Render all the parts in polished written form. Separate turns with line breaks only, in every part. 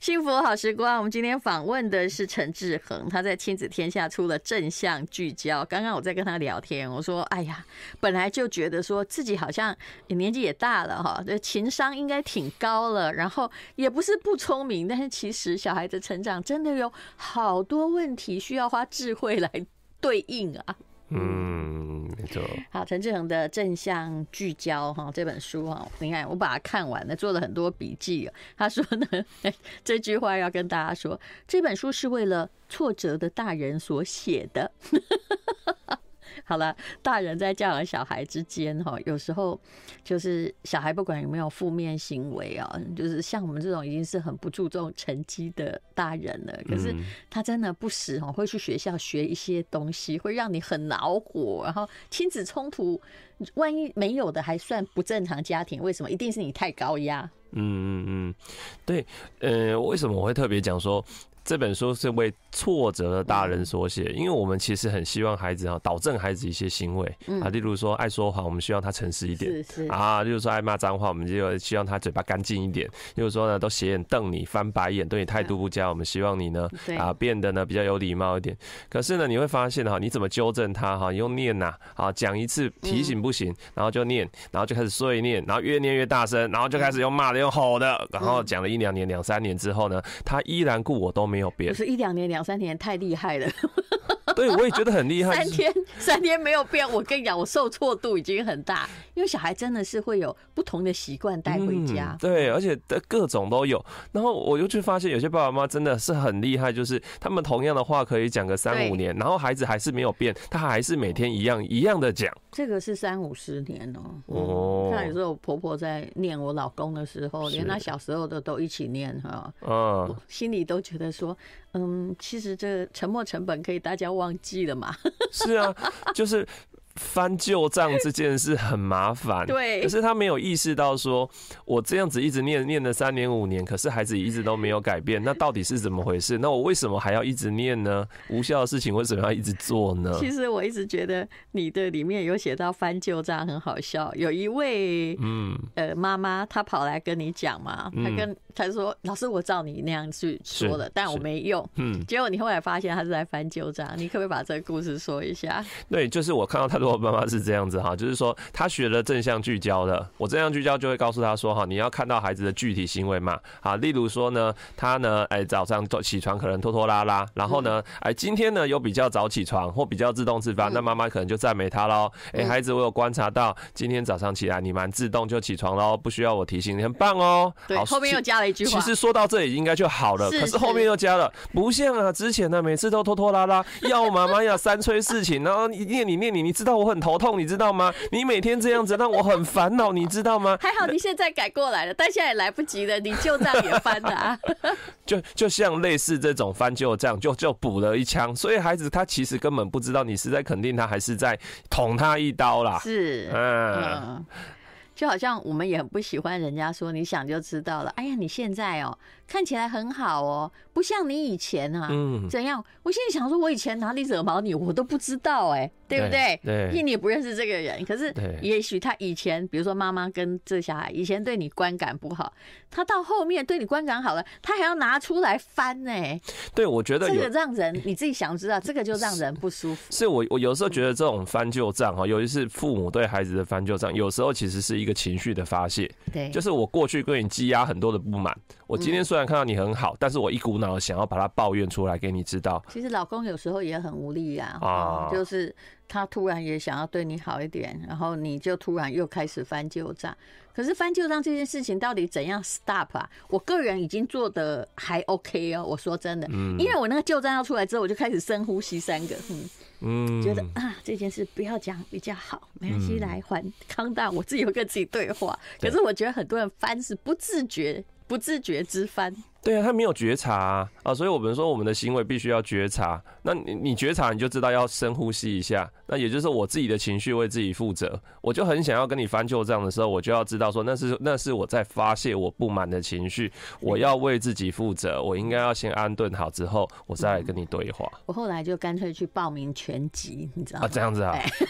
幸福好时光，我们今天访问的是陈志恒，他在亲子天下出了正向聚焦。刚刚我在跟他聊天，我说哎呀，本来就觉得说自己好像年纪也大了哈，情商应该挺高了，然后也不是不聪明，但是其实小孩子成长真的有好多问题需要花智慧来对应啊。
没错。
好，陈志恒的正向聚焦哈这本书哈，你看我把它看完了，做了很多笔记。他说呢，这句话要跟大家说，这本书是为了挫折的大人所写的。好了，大人在教养小孩之间有时候就是小孩不管有没有负面行为就是像我们这种已经是很不注重成绩的大人了，可是他真的不时会去学校学一些东西，会让你很恼火，然后亲子冲突万一没有的还算不正常家庭，为什么一定是你太高压？
对，为什么我会特别讲说这本书是为挫折的大人所写？因为我们其实很希望孩子导正孩子一些行为例如说爱说谎，我们希望他诚实一点；例如说爱骂脏话，我们就希望他嘴巴干净一点；例如说呢，都斜眼瞪你、翻白眼，对你态度不佳，我们希望你呢变得呢比较有礼貌一点。可是呢，你会发现你怎么纠正他你用念讲一次提醒不行，然后就念，然后就开始碎念，然后越念越大声，然后就开始用骂的、用吼的，然后讲了1、2年、2、3年之后呢，他依然顾我都没有变。
不是1、2年、2、3年太厉害了。
对，我也觉得很厉害。
3天没有变，我跟你讲，我受挫度已经很大，因为小孩真的是会有不同的习惯带回家。
对，而且各种都有。然后我又去发现，有些爸爸妈妈真的是很厉害，就是他们同样的话可以讲个3、5年，然后孩子还是没有变，他还是每天一样的讲。
这个是30、50年看有时候我婆婆在念我老公的时候，连他小时候的都一起念我心里都觉得说，其实这沉没成本可以大家忘记了嘛。
是啊，就是翻旧账这件事很麻烦，
对，
可是他没有意识到说，我这样子一直念了3年5年，可是孩子一直都没有改变，那到底是怎么回事？那我为什么还要一直念呢？无效的事情为什么要一直做呢？
其实我一直觉得你的里面有写到翻旧账很好笑，有一位妈妈，她跑来跟你讲嘛，她说老师我照你那样去说了，但我没用，结果你后来发现她是在翻旧账，你可不可以把这个故事说一下？
对，就是我看到太多妈妈是这样子就是说她学了正向聚焦的，我正向聚焦就会告诉她说你要看到孩子的具体行为嘛，例如说呢，他呢早上起床可能拖拖拉拉，然后呢今天呢有比较早起床或比较自动自发，那妈妈可能就赞美他咯，孩子我有观察到今天早上起来你蛮自动就起床咯，不需要我提醒，你很棒哦。
对，后面又加了一句话，
其实说到这里应该就好了，可是后面又加了，不像之前呢每次都拖拖拉拉，要妈妈要3催4请，然后你念你知道我很头痛，你知道吗？你每天这样子让我很烦恼，你知道吗？
还好你现在改过来了，但现在也来不及了，你旧账也翻了
就像类似这种翻旧账，就补了一枪，所以孩子他其实根本不知道你是在肯定他，还是在捅他一刀啦。
是，就好像我们也很不喜欢人家说你想就知道了，哎呀，你现在看起来很好不像你以前怎样？我现在想说，我以前哪里惹毛你，我都不知道对不对？对，因为你也不认识这个人，可是也许他以前，比如说妈妈跟这小孩以前对你观感不好，他到后面对你观感好了，他还要拿出来翻
对，我觉得
这个让人你自己想知道，这个就让人不舒服。
是我有时候觉得这种翻旧账尤其是父母对孩子的翻旧账，有时候其实是一个情绪的发泄。
对，
就是我过去跟你积压很多的不满，我今天虽然看到你很好，但是我一股脑的想要把它抱怨出来给你知道。
其实老公有时候也很无力就是他突然也想要对你好一点，然后你就突然又开始翻旧账。可是翻旧账这件事情到底怎样 stop 我个人已经做的还 OK 我说真的，因为我那个旧账要出来之后，我就开始深呼吸3个，觉得这件事不要讲比较好，没关系，来还calm down，我自己会跟自己对话。可是我觉得很多人翻是不自觉之翻。
对啊，他没有觉察所以我们说我们的行为必须要觉察。那你觉察，你就知道要深呼吸一下。那也就是我自己的情绪为自己负责。我就很想要跟你翻旧账的时候，我就要知道说那是我在发泄我不满的情绪，我要为自己负责。我应该要先安顿好之后，我再来跟你对话。
我后来就干脆去报名拳击，你知道吗？
这样子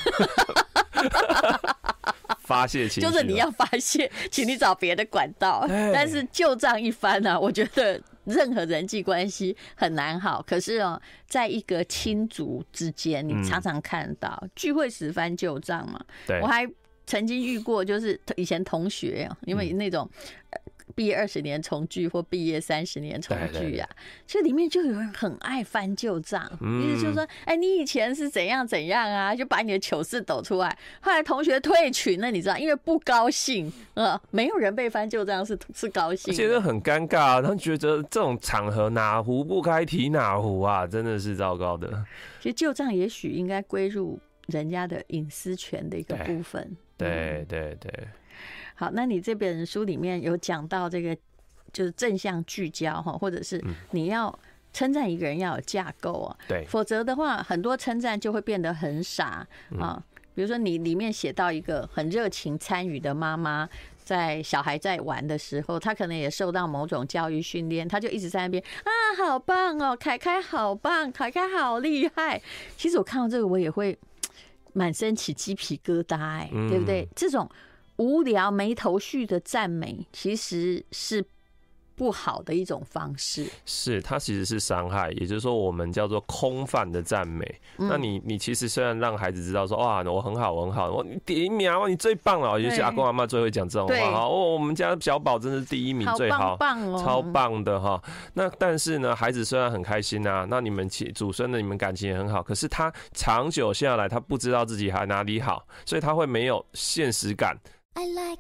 发泄情绪
就是你要发泄，请你找别的管道。但是旧账一翻我觉得任何人际关系很难好。可是哦，在一个亲族之间，你常常看到聚会时翻旧账嘛。我还曾经遇过，就是以前同学，因为那种毕业20年重聚或毕业30年重聚啊，其实里面就有人很爱翻旧账，意思就是说，哎，你以前是怎样怎样啊，就把你的糗事抖出来。后来同学退群了，你知道，因为不高兴，没有人被翻旧账是高兴的，
而且很尴尬，他觉得这种场合哪壶不开提哪壶啊，真的是糟糕的。
其实旧账也许应该归入人家的隐私权的一个部分。
对对对。
好，那你这本书里面有讲到这个，就是正向聚焦哈，或者是你要称赞一个人要有架构啊，
对，
否则的话，很多称赞就会变得很傻啊。比如说你里面写到一个很热情参与的妈妈，在小孩在玩的时候，他可能也受到某种教育训练，他就一直在那边啊，好棒哦，凯凯好棒，凯凯好厉害。其实我看到这个，我也会满身起鸡皮疙瘩，对不对？这种无聊没头绪的赞美，其实是不好的一种方式。
是，它其实是伤害，也就是说，我们叫做空泛的赞美。那你其实虽然让孩子知道说，哇，我很好，我很好，你第一名啊，你最棒了，尤其阿公阿嬷最会讲这种话。我们家小宝真是第1名，最好，超棒的哈。那但是呢，孩子虽然很开心啊，那你们祖孙的你们感情也很好，可是他长久下来，他不知道自己还哪里好，所以他会没有现实感。I like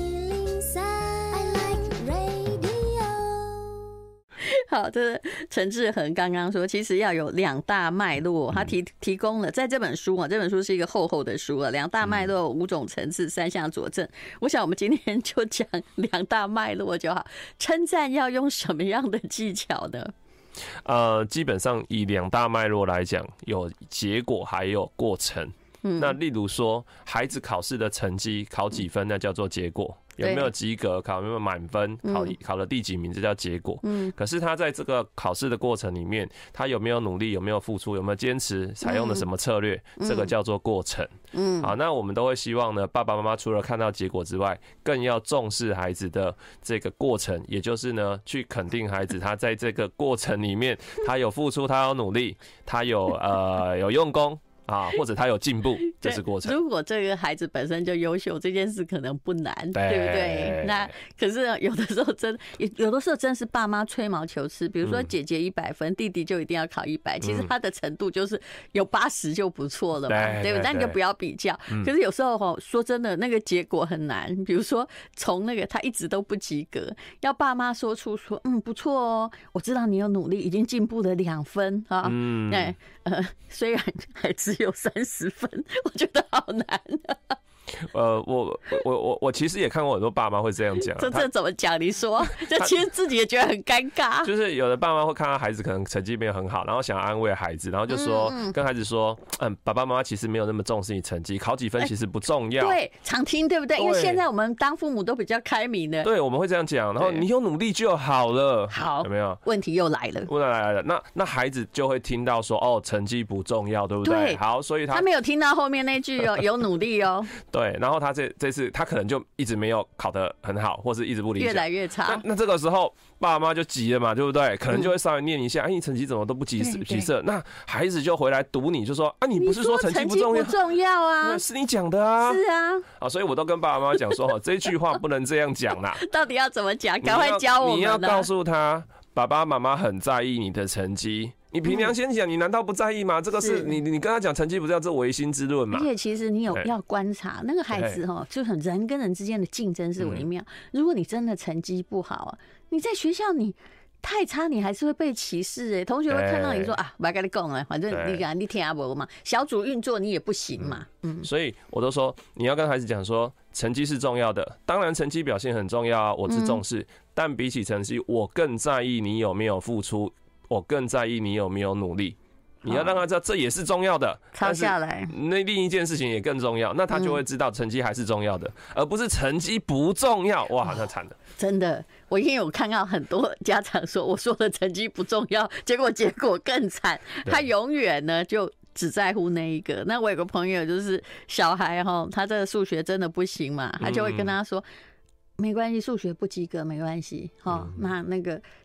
103, I like radio。
好，这陈志恒刚刚说，其实要有2大脉络，他提供了在这本书啊，这本书是一个厚厚的书啊，2大脉络5种层次3项佐证。我想我们今天就讲2大脉络就好。称赞要用什么样的技巧呢？
基本上以2大脉络来讲，有结果还有过程。那例如说，孩子考试的成绩考几分，那叫做结果；有没有及格，考有没有满分，考了第几名，这叫结果。可是他在这个考试的过程里面，他有没有努力，有没有付出，有没有坚持，采用了什么策略，这个叫做过程。好，那我们都会希望呢，爸爸妈妈除了看到结果之外，更要重视孩子的这个过程，也就是呢，去肯定孩子他在这个过程里面，他有付出，他有努力，他有用功。或者他有进步，这是过程。
如果这个孩子本身就优秀，这件事可能不难，对不对？那可是有的时候真是爸妈吹毛求疵。比如说姐姐100分，弟弟就一定要考100，其实他的程度就是有80就不错了嘛，对不对？但你就不要比较。可是有时候说真的，那个结果很难。比如说从那个他一直都不及格，要爸妈说出说不错哦，我知道你有努力，已经进步了2分啊。虽然还只有30分，我觉得好难啊。
我其实也看过很多爸妈会这样讲。
这怎么讲？你说，这其实自己也觉得很尴尬。
就是有的爸妈会看到孩子可能成绩没有很好，然后想要安慰孩子，然后就说跟孩子说，爸爸妈妈其实没有那么重视你成绩，考几分其实不重要。
对，常听对不对？因为现在我们当父母都比较开明的。
对，我们会这样讲，然后你有努力就好了。
好，
有没有？
问题又来了。
来了，那孩子就会听到说，成绩不重要，对不对？
对。
好，所以他
没有听到后面那句哦，有努力哦。
对，然后他这次他可能就一直没有考得很好，或是一直不理想，
越来越差。
那这个时候爸妈就急了嘛，对不对？可能就会稍微念一下，你成绩怎么都不及格？那孩子就回来堵你，就说你不是说成绩不重要
啊？
是你讲的啊。
是啊。
所以我都跟爸爸妈妈讲说，这句话不能这样讲啦。
到底要怎么讲？赶快教我们。
你要告诉他，爸爸妈妈很在意你的成绩。你凭良心讲，你难道不在意吗？这个是你跟他讲成绩不是要这唯心之论嘛？
而且其实你要观察那个孩子就是人跟人之间的竞争是微妙。如果你真的成绩不好，你在学校你太差，你还是会被歧视同学会看到你说不要跟你讲了，反正你听不嘛，小组运作你也不行嘛。
所以我都说你要跟孩子讲说，成绩是重要的，当然成绩表现很重要啊，我是重视，但比起成绩，我更在意你有没有付出。我更在意你有没有努力，你要让他知道这也是重要的，
抄下来。
那另一件事情也更重要，那他就会知道成绩还是重要的，而不是成绩不重要。哇，那惨了！
真的，我因为有看到很多家长说，我说的成绩不重要，结果更惨，他永远呢就只在乎那一个。那我有个朋友就是小孩他这个数学真的不行嘛，他就会跟他说，没关系，数学不及格没关系那个。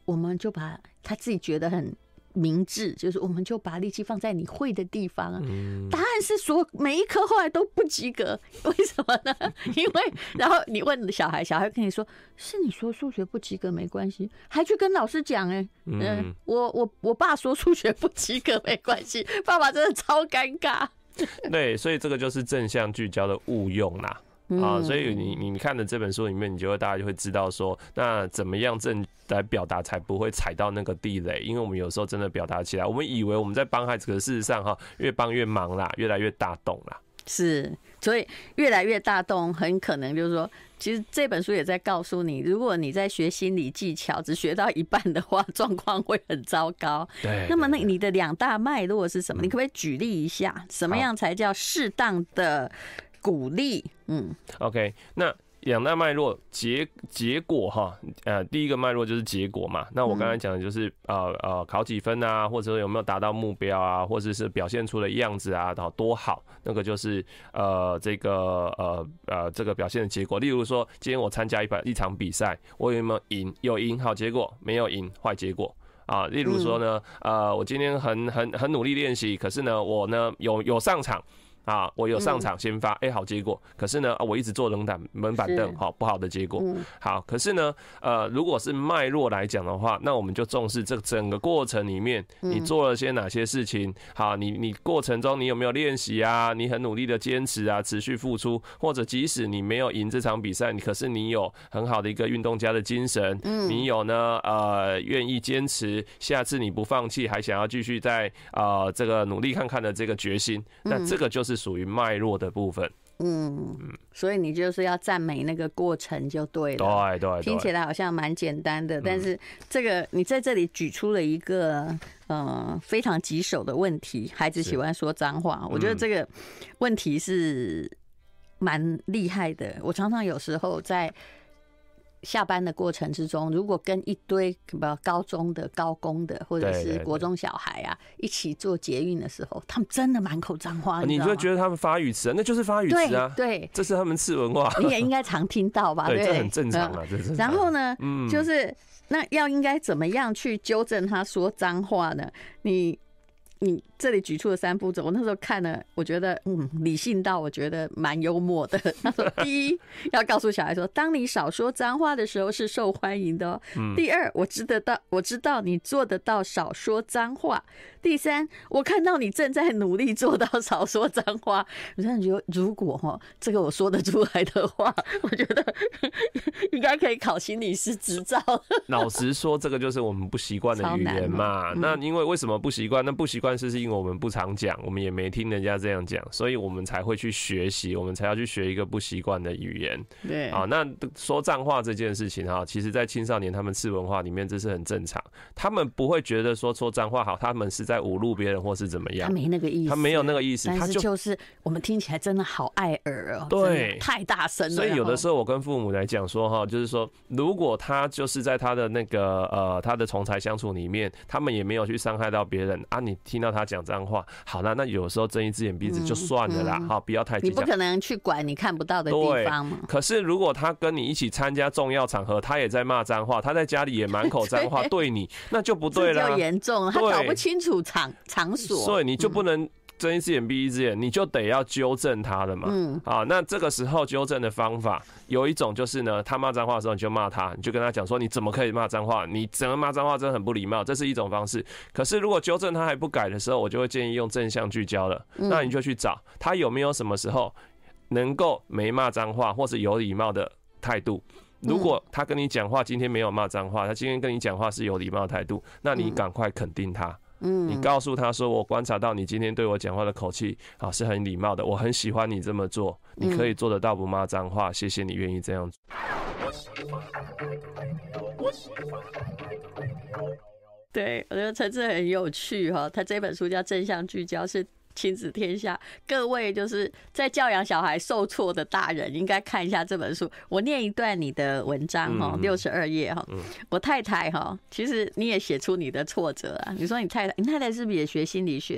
我们就把他自己觉得很明智，就是我们就把力气放在你会的地方啊。答案是每一科后来都不及格，为什么呢？因为然后你问小孩，小孩跟你说是你说数学不及格没关系，还去跟老师讲我爸说数学不及格没关系，爸爸真的超尴尬。
对，所以这个就是正向聚焦的误用啦。所以你看的这本书里面，大家就会知道说，那怎么样来表达才不会踩到那个地雷？因为我们有时候真的表达起来，我们以为我们在帮孩子，可是事实上越帮越忙啦，越来越大洞啦。
是，所以越来越大洞，很可能就是说，其实这本书也在告诉你，如果你在学心理技巧只学到一半的话，状况会很糟糕。
对。
那么你的2大脉络是什么？你可不可以举例一下，什么样才叫适当的鼓励
？OK， 那2大脉络结果第一个脉络就是结果嘛。那我刚才讲的就是考几分啊，或者说有没有达到目标啊，或者是表现出的样子啊，多好，那个就是这个表现的结果。例如说，今天我参加一场比赛，我有没有赢？有赢，好结果；没有赢，坏结果。例如说呢，我今天很努力练习，可是呢，我呢有上场。我有上场先发，好结果。可是呢，我一直坐冷板凳，不好的结果。好，可是呢，如果是脉络来讲的话，那我们就重视这整个过程里面，你做了些哪些事情。好，你过程中你有没有练习啊？你很努力的坚持啊，持续付出，或者即使你没有赢这场比赛，可是你有很好的一个运动家的精神，你有呢愿意坚持，下次你不放弃，还想要继续在这个努力看看的这个决心，那这个就是属于脉络的部分。
所以你就是要赞美那个过程就对了。
对，
听起来好像蛮简单的，但是这个你在这里举出了一个非常棘手的问题，孩子喜欢说脏话。我觉得这个问题是蛮厉害的。我常常有时候在下班的过程之中，如果跟一堆高中的、高工的，或者是国中小孩啊一起做捷运的时候，他们真的满口脏话，
你就觉得他们发语词，那就是发语词啊，
对，
这是他们次文化，
你也应该常听到吧？
对，这很正常啊，这
然后呢，就是那应该怎么样去纠正他说脏话呢？你这里举出了3步骤，我那时候看了，我觉得理性到我觉得蛮幽默的。他说，第一，要告诉小孩说，当你少说脏话的时候是受欢迎的哦。第二，我知道你做得到少说脏话。第三，我看到你正在努力做到少说脏话。我真的觉得，如果这个我说得出来的话，我觉得应该可以考心理师执照。
老实说，这个就是我们不习惯的语言嘛。那因为什么不习惯？那不习惯是因为我们不常讲，我们也没听人家这样讲，所以我们才会去学习，我们才要去学一个不习惯的语言。
对
那说脏话这件事情其实在青少年他们次文化里面这是很正常，他们不会觉得说脏话好，他们是在侮辱别人或是怎么样，
他没那个意思，
他没有那个意思，
但是就是我们听起来真的好碍耳哦，
对，
太大声了。
所以有的时候我跟父母来讲说就是说，如果他就是在他的那个他的同侪相处里面，他们也没有去伤害到别人啊，你听到他讲脏话，好啦，那有时候睁一只眼闭一只就算了啦，不要太计较。
你不可能去管你看不到的地方嘛。
可是如果他跟你一起参加重要场合，他也在骂脏话，他在家里也满口脏话对你，那就不对了，
这就严重了，他搞不清楚场所，
所以你就不能睁一只眼闭一只眼，你就得要纠正他了嘛。那这个时候纠正的方法有一种就是呢，他骂脏话的时候你就骂他，你就跟他讲说你怎么可以骂脏话，你整个骂脏话真的很不礼貌，这是一种方式。可是如果纠正他还不改的时候，我就会建议用正向聚焦了。那你就去找他有没有什么时候能够没骂脏话或是有礼貌的态度。如果他跟你讲话今天没有骂脏话，他今天跟你讲话是有礼貌的态度，那你赶快肯定他。你告诉他说，我观察到你今天对我讲话的口气是很礼貌的，我很喜欢你这么做，你可以做得到不骂脏话，谢谢你愿意这样做。
对，我觉得陈志很有趣他这本书叫《正向聚焦》，是亲子天下各位就是在教养小孩受挫的大人应该看一下这本书。我念一段你的文章62页我太太其实你也写出你的挫折啊。你说你太太是不是也学心理学的？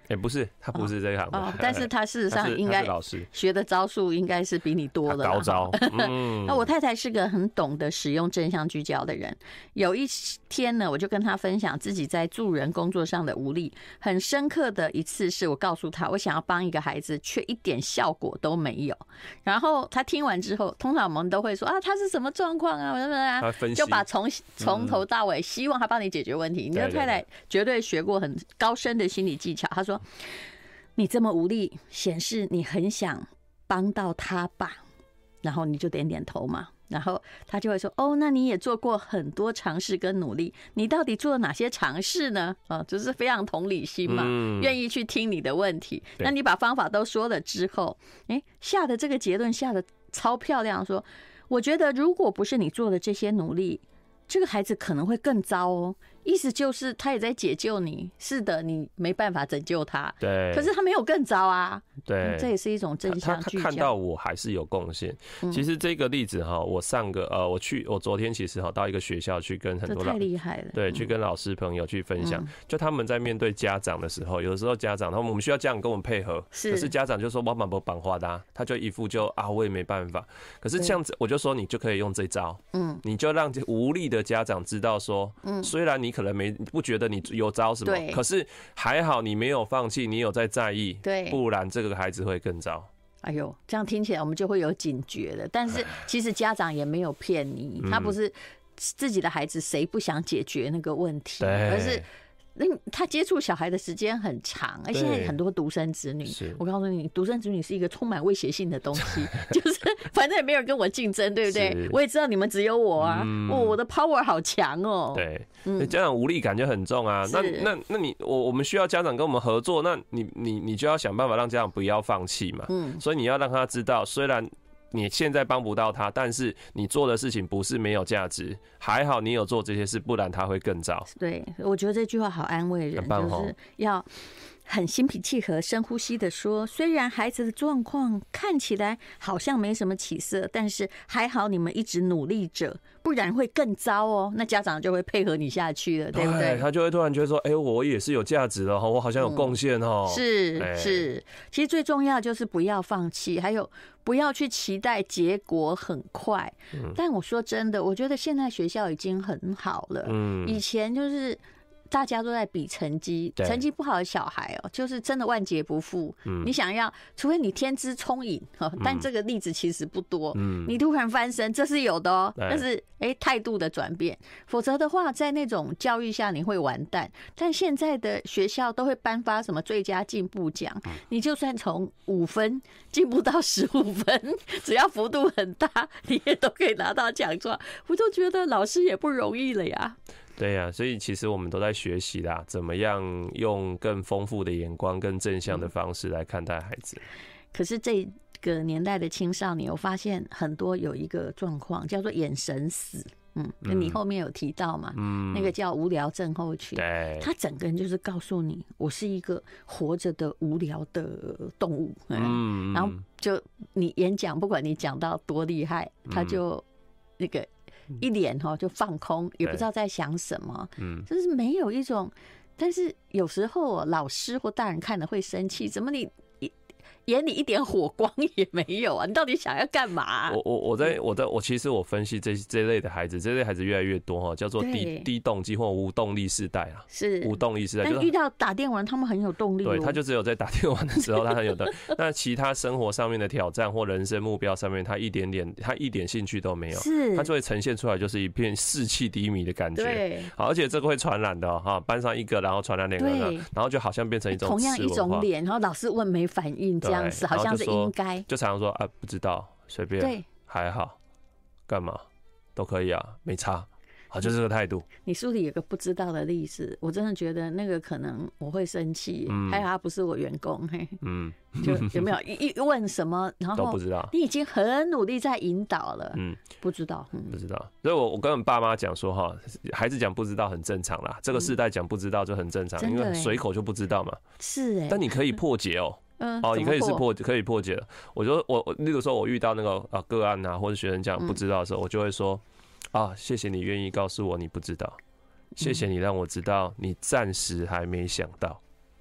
不是，他不是这一行的，
但是他事实上应该
老师
学的招数应该是比你多的
高招。
那我太太是个很懂得使用正向聚焦的人。有一天呢，我就跟她分享自己在助人工作上的无力。很深刻的一次是我告诉她，我想要帮一个孩子，却一点效果都没有。然后她听完之后，通常我们都会说啊，他是什么状况啊？就把从头到尾，希望他帮你解决问题。你的太太绝对学过很高深的心理技巧。她说：“你这么无力，显示你很想帮到他吧？”然后你就点点头嘛。然后他就会说：“哦，那你也做过很多尝试跟努力，你到底做了哪些尝试呢？”就是非常同理心嘛，愿意去听你的问题。那你把方法都说了之后，下的这个结论下的超漂亮，说：“我觉得如果不是你做的这些努力，这个孩子可能会更糟哦。”意思就是他也在解救你，是的，你没办法拯救他，
对，
可是他没有更糟啊，
对，
这也是一种正向聚焦。
他看到我还是有贡献。其实这个例子哈，我我昨天其实到一个学校去跟很多
太厉害了，
对，去跟老师朋友去分享，就他们在面对家长的时候，有的时候家长，我们需要家长跟我们配合，可是家长就说我满不绑花的，他就一副就我也没办法。可是这样子，我就说你就可以用这招，你就让无力的家长知道说，虽然你可能不觉得你有招什么，可是还好你没有放弃，你有在意，对，不然这个孩子会更糟。
哎呦，这样听起来我们就会有警觉的。但是其实家长也没有骗你，他不是自己的孩子，谁不想解决那个问题，而是他接触小孩的时间很长，现在很多独生子女，我告诉你，独生子女是一个充满威胁性的东西，就是反正也没有人跟我竞争，对不对？我也知道你们只有我啊，我的 power 好强哦。
对，家长无力感就很重啊。那你我们需要家长跟我们合作，那你就要想办法让家长不要放弃嘛。所以你要让他知道，虽然你现在帮不到他，但是你做的事情不是没有价值，还好你有做这些事，不然他会更糟。
对，我觉得这句话好安慰人，就是要很心平气和、深呼吸的说，虽然孩子的状况看起来好像没什么起色，但是还好你们一直努力着，不然会更糟哦。那家长就会配合你下去了，对不对？
他就会突然觉得说，我也是有价值的，我好像有贡献哦。
是，其实最重要就是不要放弃，还有不要去期待结果很快。但我说真的，我觉得现在学校已经很好了。以前就是大家都在比成绩，成绩不好的小孩就是真的万劫不复。你想要，除非你天资聪颖，但这个例子其实不多。你突然翻身，这是有的哦。但是态度的转变，否则的话，在那种教育下你会完蛋。但现在的学校都会颁发什么最佳进步奖，你就算从5分进步到15分，只要幅度很大，你也都可以拿到奖状。我就觉得老师也不容易了呀。
对呀，所以其实我们都在学习啦，怎么样用更丰富的眼光、更正向的方式来看待孩子。
可是这个年代的青少年，我发现很多有一个状况叫做眼神死。你后面有提到嘛？那个叫无聊症候群。对，他整个人就是告诉你，我是一个活着的无聊的动物。然后就你演讲，不管你讲到多厉害，他就那个一脸就放空，也不知道在想什么。就是没有一种。但是有时候老师或大人看了会生气，怎么你眼里一点火光也没有啊？你到底想要干嘛？
我其实我分析这类的孩子，这类孩子越来越多叫做低动机或无动力世代啊，是无动力世代。
但遇到打电玩，他们很有动力。
对，他就只有在打电玩的时候，他很有的。那其他生活上面的挑战或人生目标上面，他一点兴趣都没有，他就会呈现出来就是一片士气低迷的感觉。对，而且这个会传染的哈，班上一个，然后传染2个，然后就好像变成一种
同样一种脸，然后老师问没反应这样。好像是应该，
就常常说不知道，随便，对，还好，干嘛都可以啊，没差，就这个态度。
你书里有个不知道的例子，我真的觉得那个可能我会生气，还好他不是我员工，就有没有一问什么，然后
都不知道，
你已经很努力在引导了，不知道，
不知道。所以我跟我爸妈讲说孩子讲不知道很正常啦，这个世代讲不知就很正常，因为随口就不知道嘛。是但你可以破解你可以破解的。例如说，我遇到那个个案啊，或者学生讲不知道的时候，我就会说谢谢你愿意告诉我你不知道，谢谢你让我知道你暂时还没想到。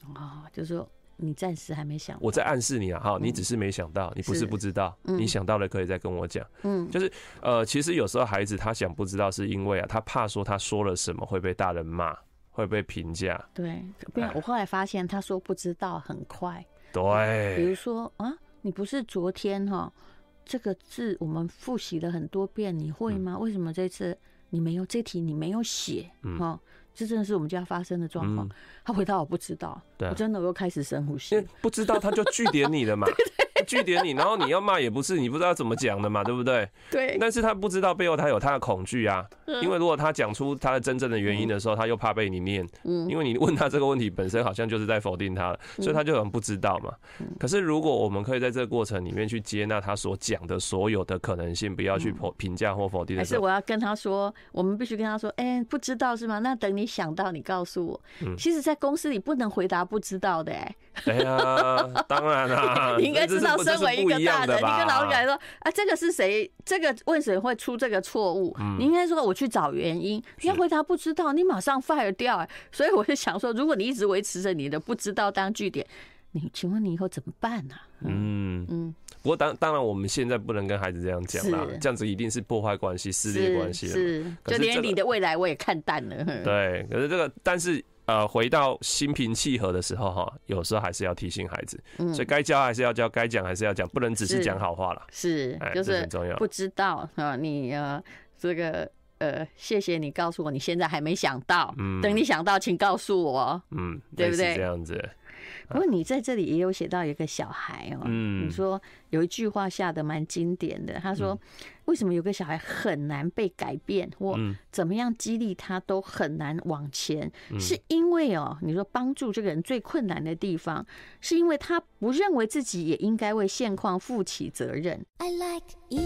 哦，就是说你暂时还没想到，
我在暗示你啊，哈，你只是没想到，你不是不知道，你想到了可以再跟我讲。就是其实有时候孩子他想不知道，是因为啊，他怕说他说了什么会被大人骂，会被评价。
对，我后来发现他说不知道很快。
对，
比如说啊，你不是昨天这个字我们复习了很多遍，你会吗？为什么这次你没有这题你没有写？这真的是我们家发生的状况。他回答我不知道，我真的又开始深呼吸，
不知道他就句点你了嘛。句点你，然后你要骂也不是，你不知道怎么讲的嘛，对不对？
对。
但是他不知道背后他有他的恐惧啊，因为如果他讲出他的真正的原因的时候，他又怕被你念，因为你问他这个问题本身好像就是在否定他了，所以他就很不知道嘛。可是如果我们可以在这个过程里面去接纳他所讲的所有的可能性，不要去评价或否定的时候，
还是我要跟他说，我们必须跟他说，不知道是吗？那等你想到，你告诉我。其实，在公司里不能回答不知道的，
哎呀，当然啦，
你应该知道，身为一个大人，你跟老师说啊，这个是谁？这个为什么会出这个错误？你应该说我去找原因。你要回答不知道，你马上 fire 掉。所以我就想说，如果你一直维持着你的不知道当句点，请问你以后怎么办呢？
不过当然，我们现在不能跟孩子这样讲啦，这样子一定是破坏关系、撕裂关系了。
是，就连你的未来我也看淡了。
对，可是这个，但是。回到心平气和的时候哈，有时候还是要提醒孩子，所以该教还是要教，该讲还是要讲，不能只是讲好话了。
是，就是很重要。不知道啊，你这个谢谢你告诉我，你现在还没想到，等你想到，请告诉我，对不对？
这样子。
不过你在这里也有写到一个小孩你说有一句话下的蛮经典的，他说为什么有个小孩很难被改变，或怎么样激励他都很难往前，是因为你说帮助这个人最困难的地方，是因为他不认为自己也应该为现况负起责任。I like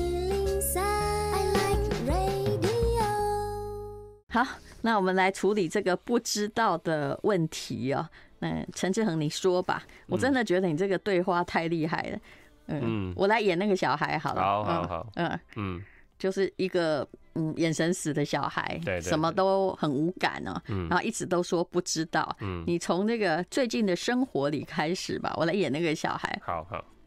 103, I like radio。 好，那我们来处理这个不知道的问题陈志恒，你说吧，我真的觉得你这个对话太厉害了。我来演那个小孩好了。
好，
就是一个眼神死的小孩，对，什么都很无感然后一直都说不知道。你从那个最近的生活里开始吧，我来演那个小孩。
好，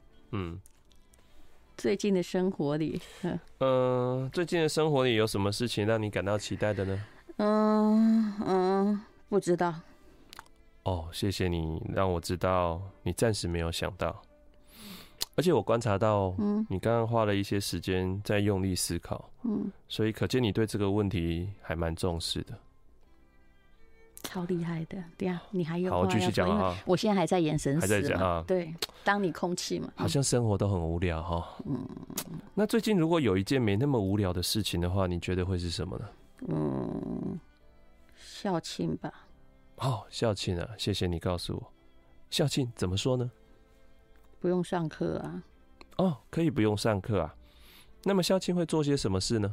最近的生活里，
最近的生活里有什么事情让你感到期待的呢？
不知道。
谢谢你让我知道你暂时没有想到，而且我观察到，你刚刚花了一些时间在用力思考，所以可见你对这个问题还蛮重视的，
超厉害的。对啊，你还有话
好，我继续讲啊。
我现在还在眼神死，
还在讲啊。对，
当你空气嘛，
好像生活都很无聊哈。那最近如果有一件没那么无聊的事情的话，你觉得会是什么呢？
校庆吧。
校庆啊，谢谢你告诉我。校庆怎么说呢？
不用上课啊。
可以不用上课啊。那么校庆会做些什么事呢？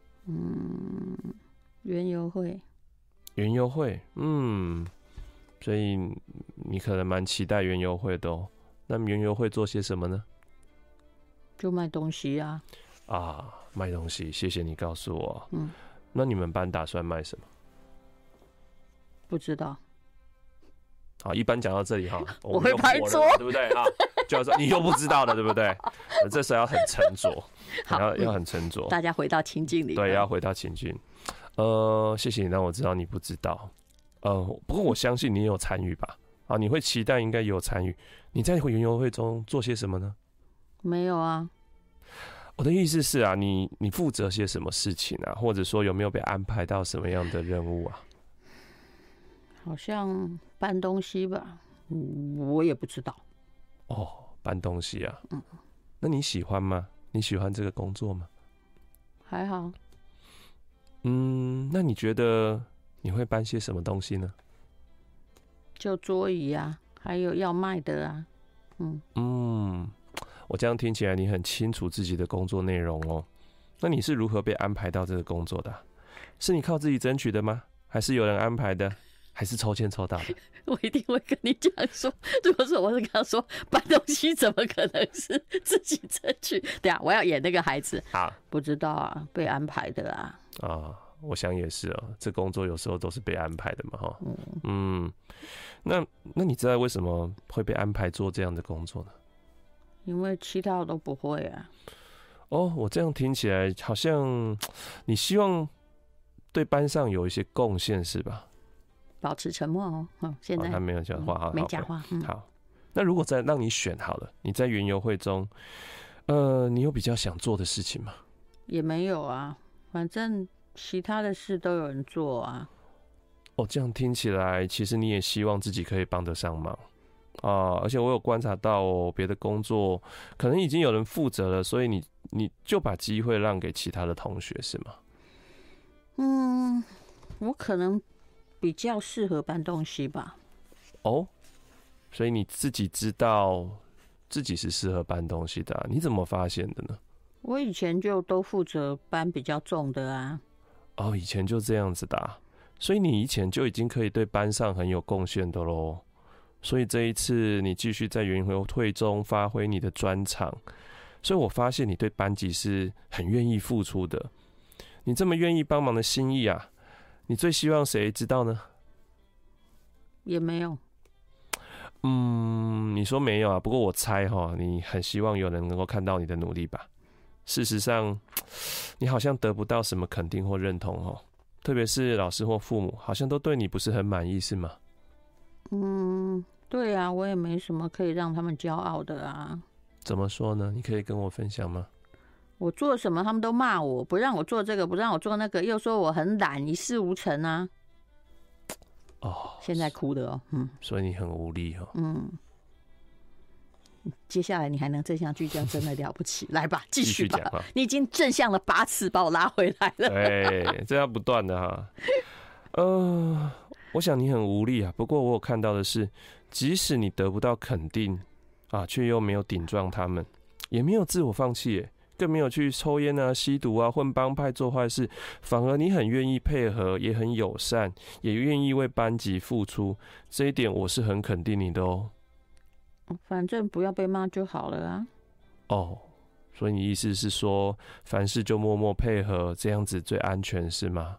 园游会。
园游会，所以你可能蛮期待园游会的哦。那么园游会做些什么呢？
就卖东西啊。
卖东西，谢谢你告诉我。那你们班打算卖什么？不知道。好，一般讲到这里哈，我会拍桌，对不对哈？就要说你又不知道了，对不对？这时候要很沉着，要很沉着。大家回到情境里。对，要回到情境。谢谢你让我知道你不知道。不过我相信你也有参与吧？你会期待应该也有参与。你在园游会中做些什么呢？没有啊。我的意思是啊，你负责些什么事情啊？或者说有没有被安排到什么样的任务啊？好像搬东西吧，我也不知道。搬东西啊，那你喜欢吗？你喜欢这个工作吗？还好。那你觉得你会搬些什么东西呢？就桌椅啊，还有要卖的啊。我这样听起来你很清楚自己的工作内容哦。那你是如何被安排到这个工作的？是你靠自己争取的吗？还是有人安排的？还是抽签抽到的？我一定会跟你讲说，如果说我是跟他说搬东西，怎么可能是自己争取？对啊，我要演那个孩子。好，不知道啊，被安排的啊。 我想也是哦，这工作有时候都是被安排的嘛，哈。那你知道为什么会被安排做这样的工作呢？
因为其他我都不会啊。
哦，我这样听起来好像你希望对班上有一些贡献是吧？
保持沉默哦。现在
他没有讲话，好，
没讲话。
好，那如果再让你选好了，你在园游会中，你有比较想做的事情吗？
也没有啊，反正其他的事都有人做啊。
哦，这样听起来，其实你也希望自己可以帮得上忙啊。而且我有观察到别的工作可能已经有人负责了，所以你就把机会让给其他的同学，是吗？
我可能比较适合搬东西吧。
哦，所以你自己知道自己是适合搬东西的啊，你怎么发现的呢？
我以前就都负责搬比较重的啊。
哦，以前就这样子的啊，所以你以前就已经可以对班上很有贡献的咯。所以这一次你继续在园游会中发挥你的专长，所以我发现你对班级是很愿意付出的。你这么愿意帮忙的心意啊，你最希望谁知道呢？
也没有。
你说没有啊，不过我猜你很希望有人能够看到你的努力吧。事实上，你好像得不到什么肯定或认同特别是老师或父母好像都对你不是很满意，是吗？
对啊，我也没什么可以让他们骄傲的啊。
怎么说呢？你可以跟我分享吗？
我做什么他们都骂我，不让我做这个，不让我做那个，又说我很懒，一事无成啊。现在哭的
所以你很无力
接下来你还能正向聚焦，真的了不起。来吧，继续吧。
讲
你已经正向了8次，把我拉回来了。
对，这要不断的哈。我想你很无力啊。不过我有看到的是，即使你得不到肯定啊，却又没有顶撞他们，也没有自我放弃耶，更没有去抽烟啊、吸毒啊、混帮派做坏事，反而你很愿意配合，也很友善，也愿意为班级付出。这一点我是很肯定你的哦。
反正不要被骂就好了啊。
所以你意思是说，凡事就默默配合，这样子最安全是吗？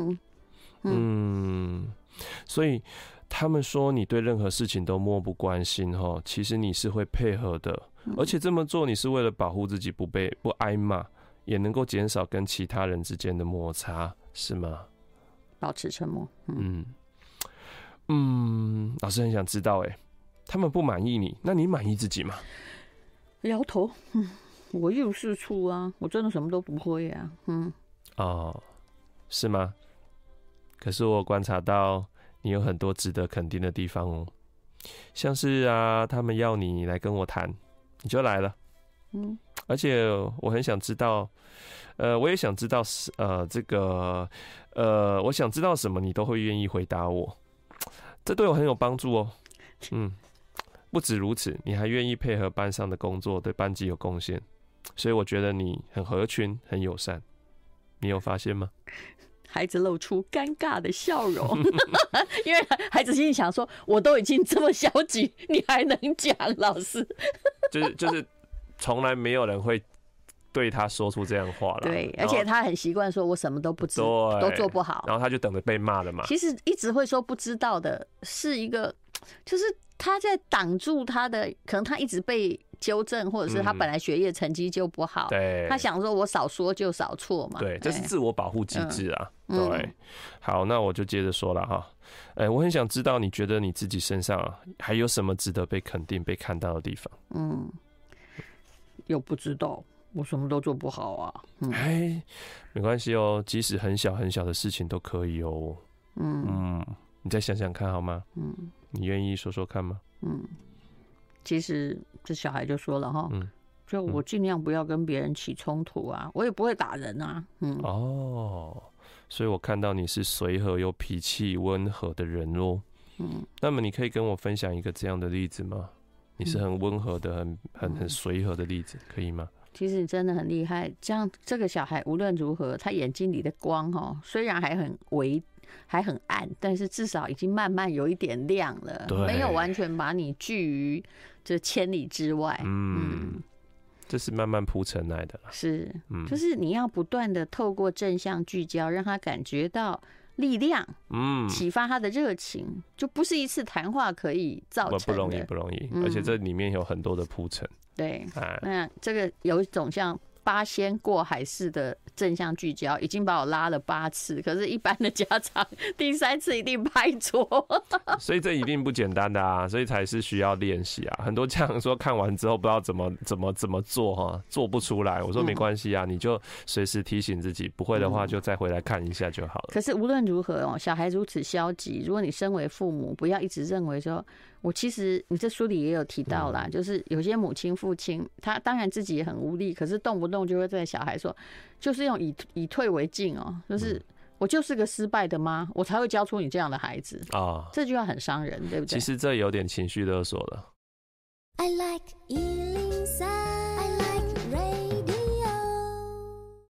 所以他们说你对任何事情都漠不关心其实你是会配合的，而且这么做你是为了保护自己不挨骂，也能够减少跟其他人之间的摩擦，是吗？
保持沉默。
老师很想知道他们不满意你，那你满意自己吗？
摇头。我一无是处啊，我真的什么都不会啊。
是吗？可是我观察到你有很多值得肯定的地方哦，像是他们要你来跟我谈，你就来了。而且我很想知道，我也想知道我想知道什么，你都会愿意回答我，这对我很有帮助哦。不止如此，你还愿意配合班上的工作，对班级有贡献，所以我觉得你很合群，很友善。你有发现吗？
孩子露出尴尬的笑容，因为孩子心里想说：“我都已经这么消极，你还能讲？”老师，
就是从来没有人会对他说出这样话了。
对，而且他很习惯说：“我什么都不知，都做不好。”
然后他就等着被骂了嘛。
其实一直会说不知道的，是一个，就是他在挡住他的，可能他一直被纠正，或者是他本来学业成绩就不好，他想说我少说就少错嘛。
对，这是自我保护机制啊。对，好，那我就接着说了哈。我很想知道，你觉得你自己身上还有什么值得被肯定、被看到的地方？
又不知道，我什么都做不好啊。
没关系哦，即使很小很小的事情都可以哦。你再想想看好吗？你愿意说说看吗？
其实这小孩就说了哈，就我尽量不要跟别人起冲突啊，我也不会打人啊。
所以我看到你是随和又脾气温和的人咯。那么你可以跟我分享一个这样的例子吗？你是很温和的、很随和的例子，可以吗？
其实你真的很厉害，这个小孩无论如何，他眼睛里的光虽然还很暗，但是至少已经慢慢有一点亮了，没有完全把你拒于这千里之外。
这是慢慢铺陈来的啦。
是，就是你要不断的透过正向聚焦，让他感觉到力量，启发他的热情，就不是一次谈话可以造成的，
不容易，不容易，而且这里面有很多的铺陈。
对，那这个有一种像八仙过海式的正向聚焦，已经把我拉了8次，可是一般的家长第3次一定拍桌，
所以这一定不简单的啊，所以才是需要练习啊。很多家长说看完之后不知道怎么做哈，做不出来。我说没关系啊，你就随时提醒自己，不会的话就再回来看一下就好了。
可是无论如何哦，小孩如此消极，如果你身为父母，不要一直认为说。我其实你这书里也有提到啦，就是有些母亲父亲，他当然自己也很无力，可是动不动就会对小孩说，就是用以退为进哦，就是我就是个失败的妈，我才会教出你这样的孩子啊。这句话很伤人，对不对？
其实这有点情绪勒索了。I like 103